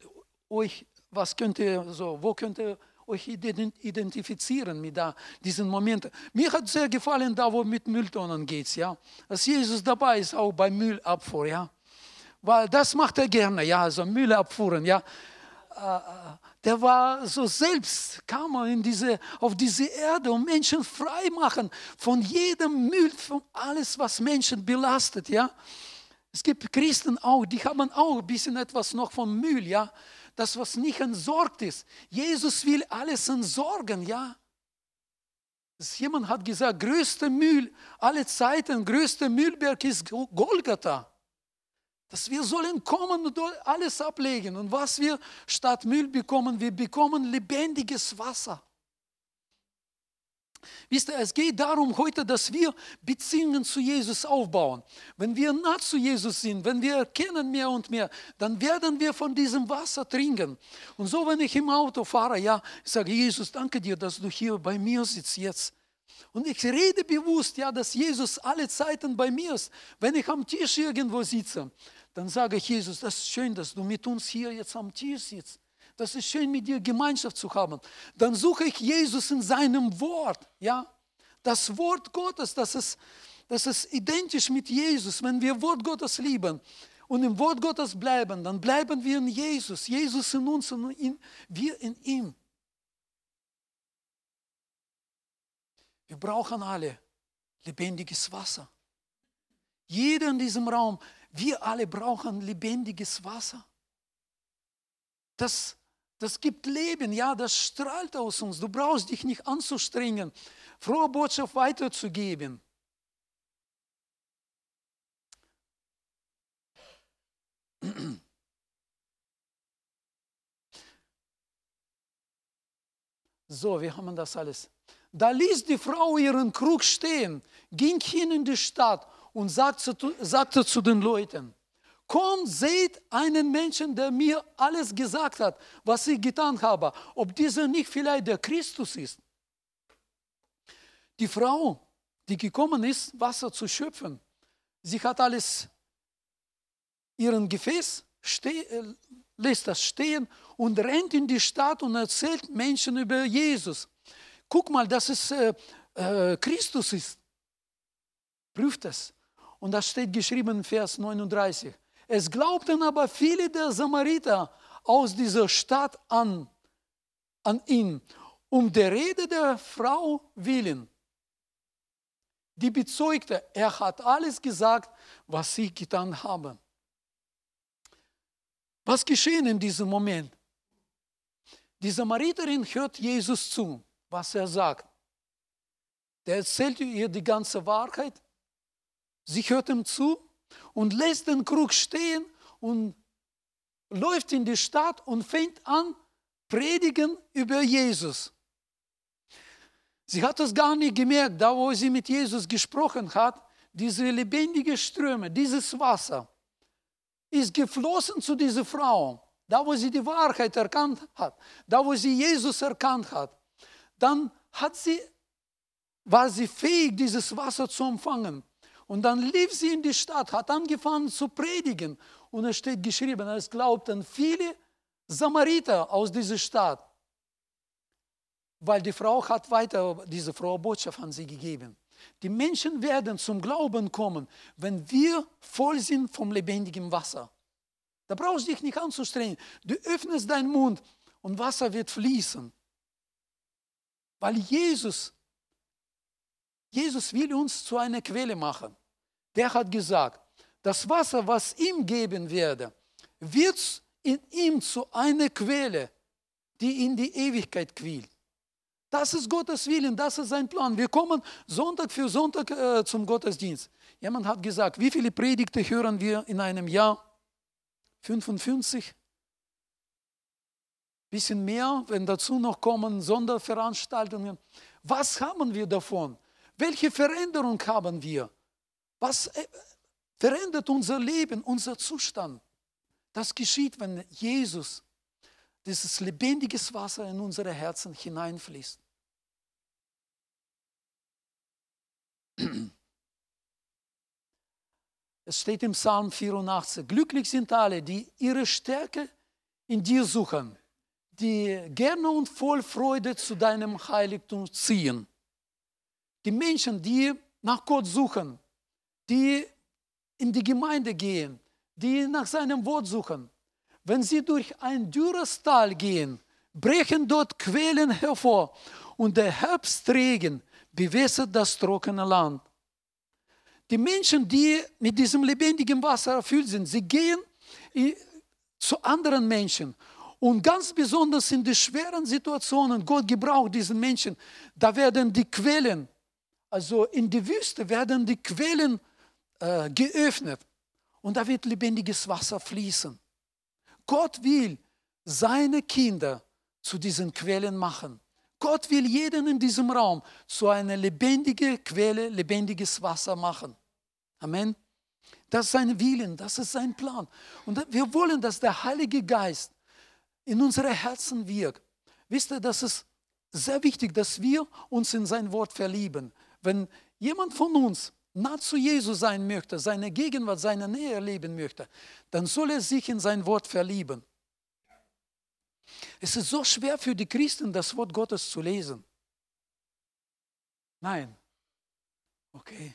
euch, was könnt ihr so, wo könnt ihr euch identifizieren mit da, diesen Momenten? Mir hat sehr gefallen, da wo mit Mülltonnen geht, ja, dass Jesus dabei ist, auch bei Müllabfuhr, ja, weil das macht er gerne, ja, also Müllabfuhren, ja. Der war so selbst, kam er in diese, auf diese Erde und Menschen frei machen von jedem Müll, von alles, was Menschen belastet, ja. Es gibt Christen auch, die haben auch ein bisschen etwas noch vom Müll, ja. Das, was nicht entsorgt ist. Jesus will alles entsorgen, ja. Jemand hat gesagt, größter Müll aller Zeiten, größter Müllberg ist Golgatha. Dass wir sollen kommen und alles ablegen. Und was wir statt Müll bekommen, wir bekommen lebendiges Wasser. Wisst ihr, es geht darum heute, dass wir Beziehungen zu Jesus aufbauen. Wenn wir nah zu Jesus sind, wenn wir erkennen mehr und mehr, dann werden wir von diesem Wasser trinken. Und so, wenn ich im Auto fahre, ja, ich sage, Jesus, danke dir, dass du hier bei mir sitzt jetzt. Und ich rede bewusst, ja, dass Jesus alle Zeiten bei mir ist. Wenn ich am Tisch irgendwo sitze, dann sage ich, Jesus, das ist schön, dass du mit uns hier jetzt am Tisch sitzt. Das ist schön, mit dir Gemeinschaft zu haben. Dann suche ich Jesus in seinem Wort. Ja? Das Wort Gottes, das ist, das ist identisch mit Jesus. Wenn wir Wort Gottes lieben und im Wort Gottes bleiben, dann bleiben wir in Jesus. Jesus in uns und in, wir in ihm. Wir brauchen alle lebendiges Wasser. Jeder in diesem Raum, wir alle brauchen lebendiges Wasser. Das Das gibt Leben, ja, das strahlt aus uns. Du brauchst dich nicht anzustrengen, frohe Botschaft weiterzugeben. So, wir haben das alles. Da ließ die Frau ihren Krug stehen, ging hin in die Stadt und sagte, sagte zu den Leuten, kommt, seht einen Menschen, der mir alles gesagt hat, was ich getan habe, ob dieser nicht vielleicht der Christus ist. Die Frau, die gekommen ist, Wasser zu schöpfen, sie hat alles, ihren Gefäß, ste- lässt das stehen und rennt in die Stadt und erzählt Menschen über Jesus. Guck mal, dass es äh, äh, Christus ist. Prüft es. Und das steht geschrieben in Vers neununddreißig. Es glaubten aber viele der Samariter aus dieser Stadt an, an ihn, um der Rede der Frau willen. Die bezeugte, er hat alles gesagt, was sie getan haben. Was geschehen in diesem Moment? Die Samariterin hört Jesus zu, was er sagt. Der erzählt ihr die ganze Wahrheit. Sie hört ihm zu und lässt den Krug stehen und läuft in die Stadt und fängt an, predigen über Jesus. Sie hat es gar nicht gemerkt, da wo sie mit Jesus gesprochen hat, diese lebendigen Ströme, dieses Wasser ist geflossen zu dieser Frau. Da wo sie die Wahrheit erkannt hat, da wo sie Jesus erkannt hat, dann hat sie, war sie fähig, dieses Wasser zu empfangen. Und dann lief sie in die Stadt, hat angefangen zu predigen. Und es steht geschrieben, es glaubten viele Samariter aus dieser Stadt. Weil die Frau hat weiter diese frohe Botschaft an sie gegeben. Die Menschen werden zum Glauben kommen, wenn wir voll sind vom lebendigen Wasser. Da brauchst du dich nicht anzustrengen. Du öffnest deinen Mund und Wasser wird fließen. Weil Jesus, Jesus will uns zu einer Quelle machen. Der hat gesagt, das Wasser, was ihm geben werde, wird in ihm zu einer Quelle, die in die Ewigkeit quillt. Das ist Gottes Willen, das ist sein Plan. Wir kommen Sonntag für Sonntag äh, zum Gottesdienst. Jemand hat gesagt, wie viele Predigte hören wir in einem Jahr? fünfundfünfzig? Bisschen mehr, wenn dazu noch kommen Sonderveranstaltungen. Was haben wir davon? Welche Veränderung haben wir? Was äh, verändert unser Leben, unser Zustand? Das geschieht, wenn Jesus, dieses lebendiges Wasser in unsere Herzen hineinfließt. Es steht im Psalm vierundachtzig, glücklich sind alle, die ihre Stärke in dir suchen, die gerne und voll Freude zu deinem Heiligtum ziehen. Die Menschen, die nach Gott suchen, die in die Gemeinde gehen, die nach seinem Wort suchen. Wenn sie durch ein dürres Tal gehen, brechen dort Quellen hervor und der Herbstregen bewässert das trockene Land. Die Menschen, die mit diesem lebendigen Wasser erfüllt sind, sie gehen zu anderen Menschen. Und ganz besonders in den schweren Situationen, Gott gebraucht diesen Menschen, da werden die Quellen, also in der Wüste werden die Quellen äh, geöffnet und da wird lebendiges Wasser fließen. Gott will seine Kinder zu diesen Quellen machen. Gott will jeden in diesem Raum zu einer lebendigen Quelle, lebendiges Wasser machen. Amen. Das ist sein Willen, das ist sein Plan. Und wir wollen, dass der Heilige Geist in unsere Herzen wirkt. Wisst ihr, das ist sehr wichtig, dass wir uns in sein Wort verlieben. Wenn jemand von uns nah zu Jesus sein möchte, seine Gegenwart, seine Nähe erleben möchte, dann soll er sich in sein Wort verlieben. Es ist so schwer für die Christen, das Wort Gottes zu lesen. Nein. Okay.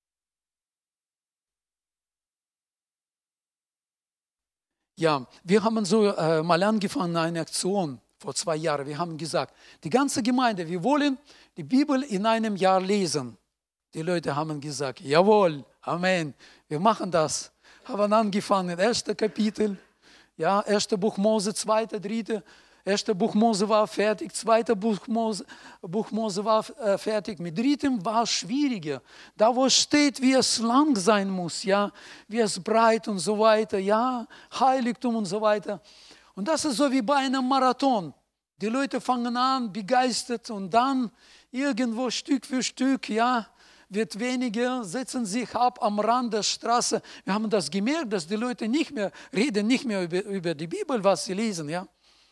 Ja, wir haben so äh, mal angefangen, eine Aktion vor zwei Jahren. Wir haben gesagt, die ganze Gemeinde, wir wollen die Bibel in einem Jahr lesen. Die Leute haben gesagt, jawohl, Amen, wir machen das. Haben angefangen, erste Kapitel, ja, erste Buch Mose, zweite, dritte, erste Buch Mose war fertig, zweite Buch Mose, Buch Mose war äh, fertig, mit drittem war es schwieriger. Da, wo es steht, wie es lang sein muss, ja, wie es breit und so weiter, ja, Heiligtum und so weiter. Und das ist so wie bei einem Marathon. Die Leute fangen an, begeistert und dann irgendwo Stück für Stück, ja, wird weniger, setzen sich ab am Rand der Straße. Wir haben das gemerkt, dass die Leute nicht mehr reden, nicht mehr über, über die Bibel, was sie lesen, ja.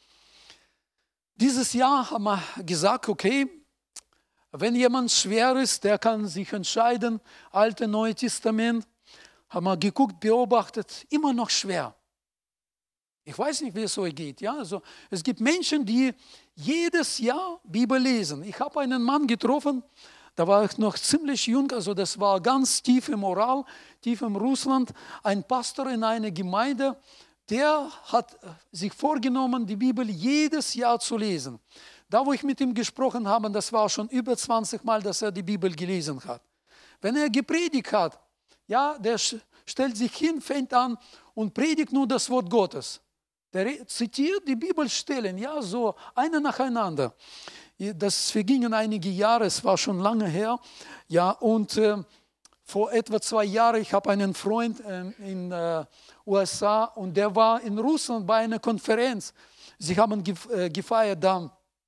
Dieses Jahr haben wir gesagt, okay, wenn jemand schwer ist, der kann sich entscheiden, Alte, Neue Testament, haben wir geguckt, beobachtet, immer noch schwer. Ich weiß nicht, wie es euch geht. Ja? Also, es gibt Menschen, die jedes Jahr Bibel lesen. Ich habe einen Mann getroffen, da war ich noch ziemlich jung, also das war ganz tief im Ural, tief im Russland, ein Pastor in einer Gemeinde, der hat sich vorgenommen, die Bibel jedes Jahr zu lesen. Da, wo ich mit ihm gesprochen habe, das war schon über zwanzig Mal, dass er die Bibel gelesen hat. Wenn er gepredigt hat, ja, der stellt sich hin, fängt an und predigt nur das Wort Gottes. Der zitiert die Bibelstellen, ja, so eine nacheinander. Das vergingen einige Jahre, es war schon lange her. Ja, und äh, vor etwa zwei Jahren, ich habe einen Freund äh, in äh, U S A und der war in Russland bei einer Konferenz. Sie haben gefeiert dann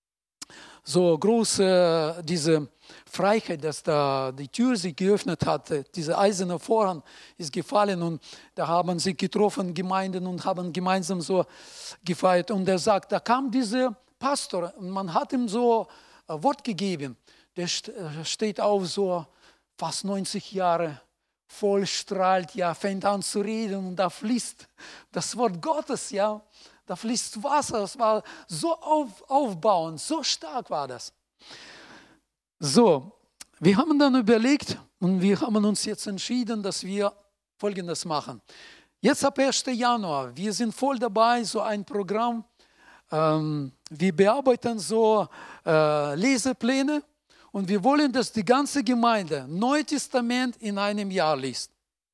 so große diese Freiheit, dass da die Tür sich geöffnet hatte. Dieser eiserne Vorhang ist gefallen und da haben sie getroffen, Gemeinden, und haben gemeinsam so gefeiert. Und er sagt, da kam dieser Pastor und man hat ihm so ein Wort gegeben. Der steht auf, so fast neunzig Jahre, voll strahlt, ja, fängt an zu reden und da fließt das Wort Gottes, ja, da fließt Wasser. Das war so auf, aufbauend, so stark war das. So, wir haben dann überlegt und wir haben uns jetzt entschieden, dass wir Folgendes machen. Jetzt ab ersten Januar, wir sind voll dabei, so ein Programm, ähm, wir bearbeiten so äh, Lesepläne. Und wir wollen, dass die ganze Gemeinde Neues Testament in einem Jahr liest.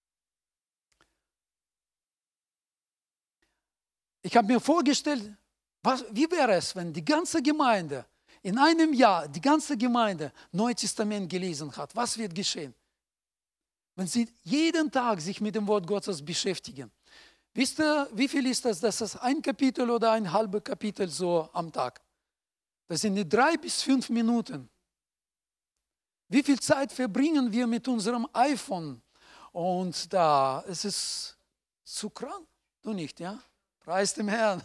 Ich habe mir vorgestellt, was, wie wäre es, wenn die ganze Gemeinde in einem Jahr, die ganze Gemeinde Neues Testament gelesen hat. Was wird geschehen? Wenn sie jeden Tag sich mit dem Wort Gottes beschäftigen. Wisst ihr, wie viel ist das? Das ist ein Kapitel oder ein halbes Kapitel so am Tag. Das sind die drei bis fünf Minuten. Wie viel Zeit verbringen wir mit unserem iPhone? Und da, es ist zu krank. Du nicht, ja? Preis dem Herrn.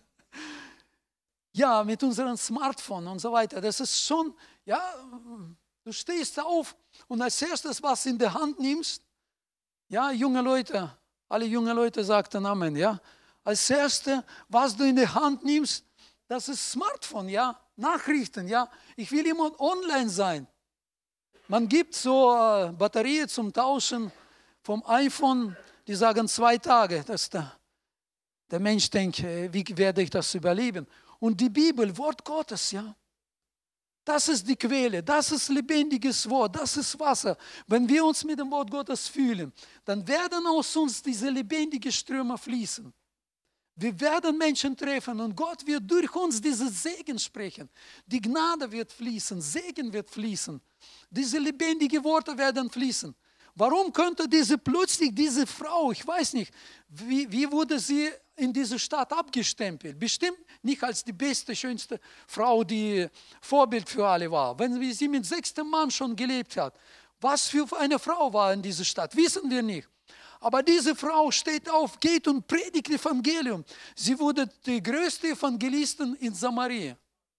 Ja, mit unserem Smartphone und so weiter. Das ist schon, ja, du stehst auf und als erstes, was in der Hand nimmst, ja, junge Leute, alle junge Leute sagten Amen, ja. als Erste, was du in die Hand nimmst, das ist Smartphone, ja, Nachrichten, ja. Ich will immer online sein. Man gibt so äh, Batterien zum Tauschen vom iPhone, die sagen zwei Tage. Dass der, der Mensch denkt, äh, wie werde ich das überleben? Und die Bibel, Wort Gottes, ja. Das ist die Quelle, das ist lebendiges Wort, das ist Wasser. Wenn wir uns mit dem Wort Gottes fühlen, dann werden aus uns diese lebendigen Ströme fließen. Wir werden Menschen treffen und Gott wird durch uns diesen Segen sprechen. Die Gnade wird fließen, Segen wird fließen. Diese lebendigen Worte werden fließen. Warum könnte diese plötzlich, diese Frau, ich weiß nicht, wie, wie wurde sie in diese Stadt abgestempelt? Bestimmt nicht als die beste, schönste Frau, die Vorbild für alle war. Wenn sie mit sechstem Mann schon gelebt hat, was für eine Frau war in dieser Stadt, wissen wir nicht. Aber diese Frau steht auf, geht und predigt Evangelium. Sie wurde die größte Evangelistin in Samaria.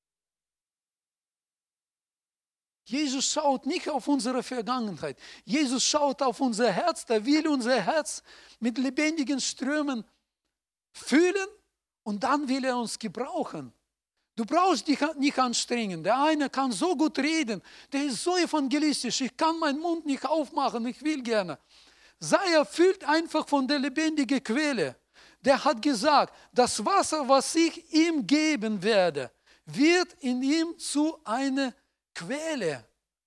Jesus schaut nicht auf unsere Vergangenheit. Jesus schaut auf unser Herz. Er will unser Herz mit lebendigen Strömen füllen und dann will er uns gebrauchen. Du brauchst dich nicht anstrengen. Der eine kann so gut reden, der ist so evangelistisch. Ich kann meinen Mund nicht aufmachen, ich will gerne. Sei erfüllt einfach von der lebendigen Quelle. Der hat gesagt, das Wasser, was ich ihm geben werde, wird in ihm zu einer Quelle,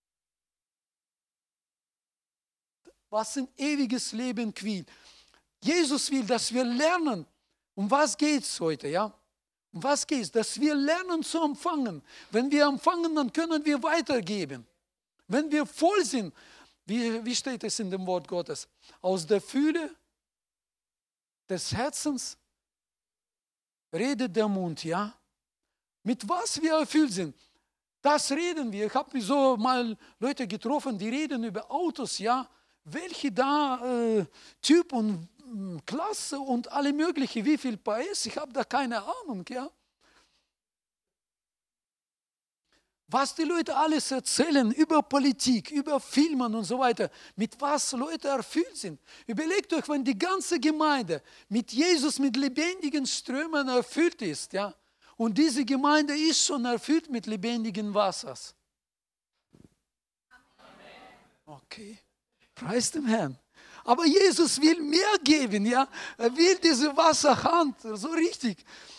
was in ewiges Leben quillt. Jesus will, dass wir lernen. Um was geht es heute? Ja? Um was geht es? Dass wir lernen zu empfangen. Wenn wir empfangen, dann können wir weitergeben. Wenn wir voll sind, wie, wie steht es in dem Wort Gottes? Aus der Fülle des Herzens redet der Mund. Ja? Mit was wir erfüllt sind. Das reden wir. Ich habe so mal Leute getroffen, die reden über Autos, ja, welche da äh, Typ und äh, Klasse und alle möglichen, wie viel P S, ich habe da keine Ahnung, ja. Was die Leute alles erzählen über Politik, über Filmen und so weiter, mit was Leute erfüllt sind. Überlegt euch, wenn die ganze Gemeinde mit Jesus, mit lebendigen Strömen erfüllt ist, ja. Und diese Gemeinde ist schon erfüllt mit lebendigen Wassers. Okay, preis dem Herrn. Aber Jesus will mehr geben, ja. Er will diese Wasserhand, so richtig.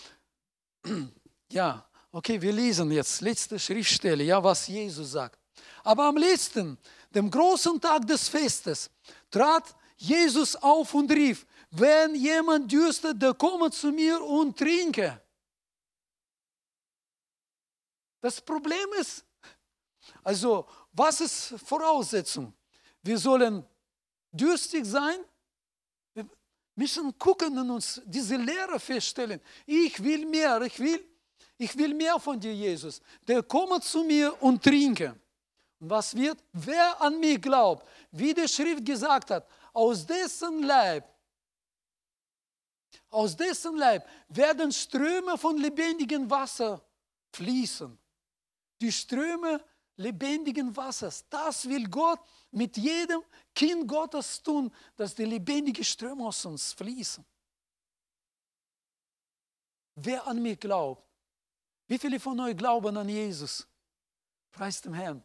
Ja, okay, wir lesen jetzt letzte Schriftstelle, ja, was Jesus sagt. Aber am letzten, dem großen Tag des Festes, trat Jesus auf und rief, wenn jemand dürstet, der komme zu mir und trinke. Das Problem ist, also was ist Voraussetzung? Wir sollen durstig sein. Wir müssen gucken und uns diese Lehre feststellen. Ich will mehr, ich will, ich will mehr von dir, Jesus. Der komme zu mir und trinke. Und was wird? Wer an mich glaubt, wie die Schrift gesagt hat, aus dessen Leib, aus dessen Leib werden Ströme von lebendigem Wasser fließen. Die Ströme lebendigen Wassers. Das will Gott mit jedem Kind Gottes tun, dass die lebendigen Ströme aus uns fließen. Wer an mich glaubt, wie viele von euch glauben an Jesus? Preis dem Herrn.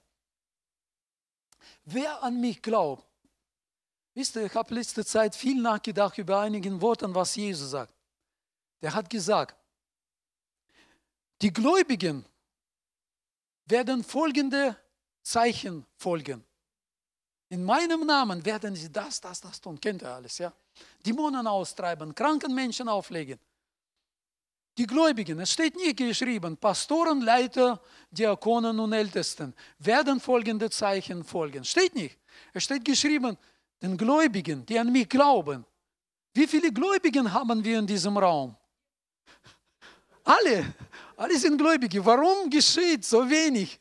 Wer an mich glaubt, wisst ihr, ich habe letzte Zeit viel nachgedacht über einigen Worten, was Jesus sagt. Der hat gesagt, die Gläubigen werden folgende Zeichen folgen. In meinem Namen werden sie das, das, das tun. Kennt ihr alles, ja? Dämonen austreiben, kranken Menschen auflegen. Die Gläubigen, es steht nie geschrieben, Pastoren, Leiter, Diakonen und Ältesten werden folgende Zeichen folgen. Steht nicht. Es steht geschrieben, den Gläubigen, die an mich glauben. Wie viele Gläubigen haben wir in diesem Raum? Alle. Alle sind Gläubige. Warum geschieht so wenig?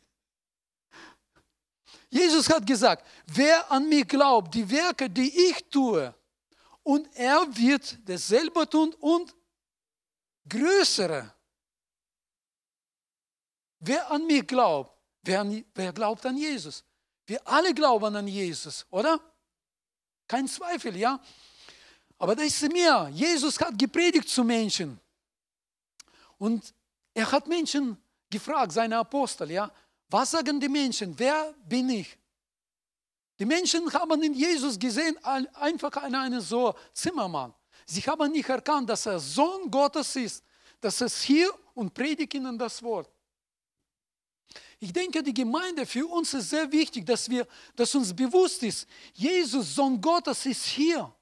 Jesus hat gesagt, wer an mich glaubt, die Werke, die ich tue, und er wird dasselbe tun und größere. Wer an mich glaubt, wer, an, wer glaubt an Jesus? Wir alle glauben an Jesus, oder? Kein Zweifel, ja? Aber das ist mehr. Jesus hat gepredigt zu Menschen. Und er hat Menschen gefragt, seine Apostel, ja, was sagen die Menschen? Wer bin ich? Die Menschen haben in Jesus gesehen, einfach einen so Zimmermann. Sie haben nicht erkannt, dass er Sohn Gottes ist, dass er ist hier und predigt ihnen das Wort. Ich denke, die Gemeinde für uns ist sehr wichtig, dass, wir, dass uns bewusst ist, Jesus, Sohn Gottes, ist hier.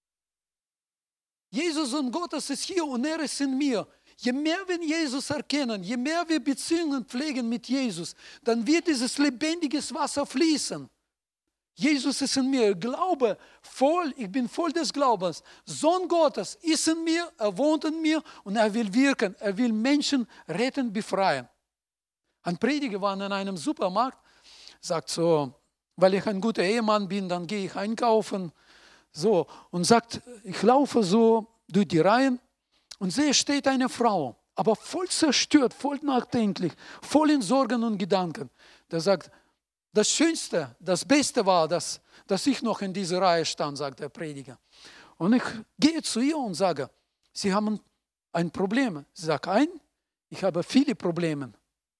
Jesus, Sohn Gottes, ist hier und er ist in mir. Je mehr wir Jesus erkennen, je mehr wir Beziehungen pflegen mit Jesus, dann wird dieses lebendige Wasser fließen. Jesus ist in mir. Ich glaube voll, ich bin voll des Glaubens. Sohn Gottes ist in mir, er wohnt in mir und er will wirken. Er will Menschen retten, befreien. Ein Prediger war in einem Supermarkt, sagt so, weil ich ein guter Ehemann bin, dann gehe ich einkaufen. So, und sagt, ich laufe so durch die Reihen und sehe, steht eine Frau, aber voll zerstört, voll nachdenklich, voll in Sorgen und Gedanken. Der sagt, das Schönste, das Beste war, dass, dass ich noch in dieser Reihe stand, sagt der Prediger. Und ich gehe zu ihr und sage, Sie haben ein Problem. Sie sagt, ein, ich habe viele Probleme.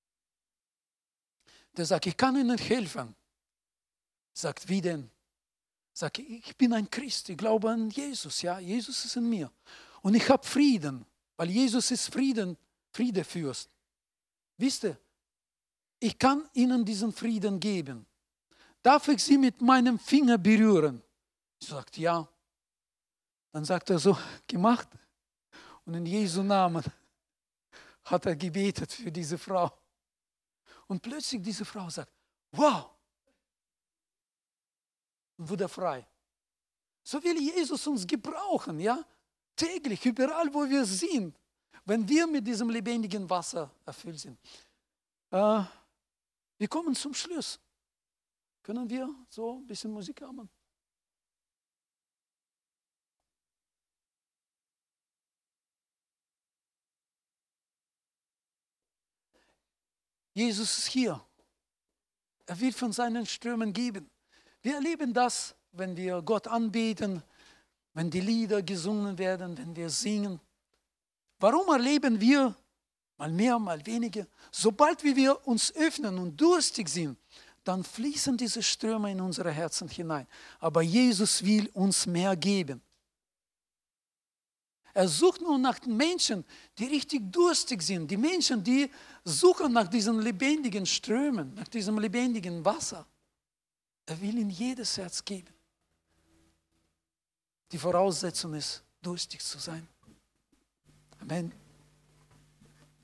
Der sagt, ich kann Ihnen helfen. Sagt, wie denn? Sagt, ich bin ein Christ, ich glaube an Jesus, ja, Jesus ist in mir. Und ich habe Frieden, weil Jesus ist Frieden, Friedefürst. Wisst ihr, ich kann Ihnen diesen Frieden geben. Darf ich Sie mit meinem Finger berühren? Sie sagt, ja. Dann sagt er so, gemacht. Und in Jesu Namen hat er gebetet für diese Frau. Und plötzlich diese Frau sagt, wow, und wurde frei. So will Jesus uns gebrauchen, ja, täglich, überall, wo wir sind, wenn wir mit diesem lebendigen Wasser erfüllt sind. Äh, wir kommen zum Schluss. Können wir so ein bisschen Musik haben? Jesus ist hier. Er will von seinen Strömen geben. Wir erleben das, wenn wir Gott anbeten, wenn die Lieder gesungen werden, wenn wir singen. Warum erleben wir mal mehr, mal weniger? Sobald wir uns öffnen und durstig sind, dann fließen diese Ströme in unsere Herzen hinein. Aber Jesus will uns mehr geben. Er sucht nur nach den Menschen, die richtig durstig sind. Die Menschen, die suchen nach diesen lebendigen Strömen, nach diesem lebendigen Wasser. Er will in jedes Herz geben. Die Voraussetzung ist, durstig zu sein. Amen.